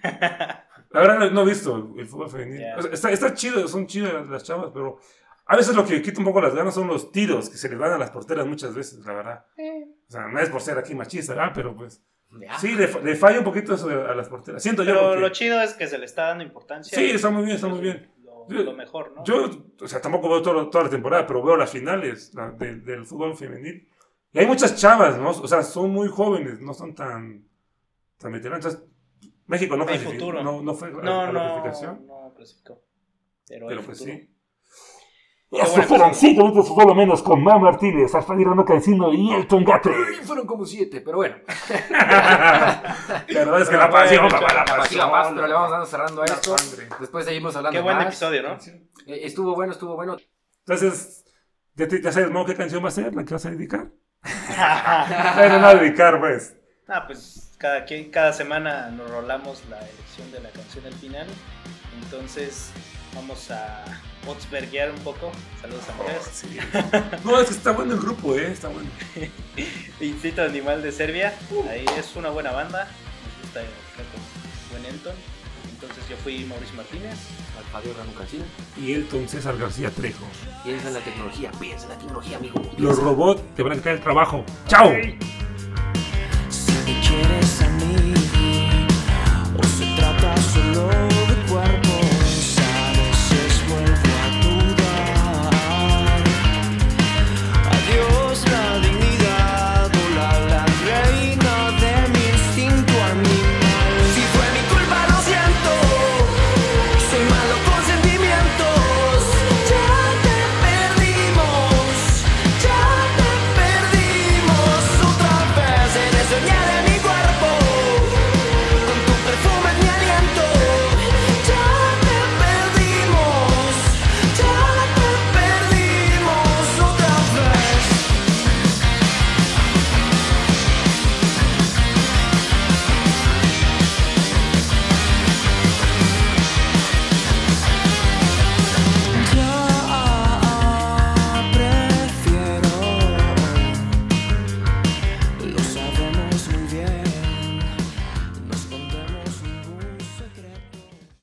La verdad no, no he visto el fútbol femenil. Ya. O sea, está, está chido, son chidas las, las chavas, pero a veces lo que quita un poco las ganas son los tiros que se les van a las porteras muchas veces, la verdad. O sea, no es por ser aquí machista, ¿verdad? Pero pues... Ya. Sí, le, fa- le falla un poquito eso a las porteras. Siento yo Pero porque- lo chido es que se le está dando importancia. Sí, y está muy bien, está muy bien. Lo, Yo- lo mejor, ¿no? Yo, o sea, tampoco veo todo- toda la temporada, pero veo las finales la- de- del fútbol femenil. Y hay muchas chavas, ¿no? O sea, son muy jóvenes, no son tan, tan veteranas. Entonces, México no, Hay clasifi- futuro. no, no fue a, no, a la no, clasificación. no clasificó. Pero, Pero hay pues futuro. sí. Qué Eso buena fueron episodio. cinco minutos por lo menos con Ma Martínez, Alfredo Cancino y Elton Gatre. Fueron como siete, pero bueno. Pero es que la pasión, papá, la Aquí la más, pasión. pero le vamos dando cerrando a La esto. sangre. Después seguimos hablando Qué buen más. episodio, ¿no? Eh, estuvo bueno, estuvo bueno. Entonces, ¿ya, te- ya sabes, Mo, qué canción va a ser? ¿La que vas a dedicar? Bueno, no a dedicar, pues. Ah, pues cada, quien- cada semana nos rolamos la elección de la canción al final. Entonces vamos a Potsberguear un poco. Saludos a Andrés. Sí. No, es que está bueno el grupo, ¿eh? Está bueno. Instinto Animal de Serbia. Ahí es una buena banda. Nos gusta acá con buen Elton. Entonces yo fui Mauricio Martínez. Alfredo Ranu Cancino. Y Elton César García Trejo. Piensa en la tecnología, piensa en la tecnología, amigo. Los robots te van a quitar el trabajo. ¡Chao! Si quieres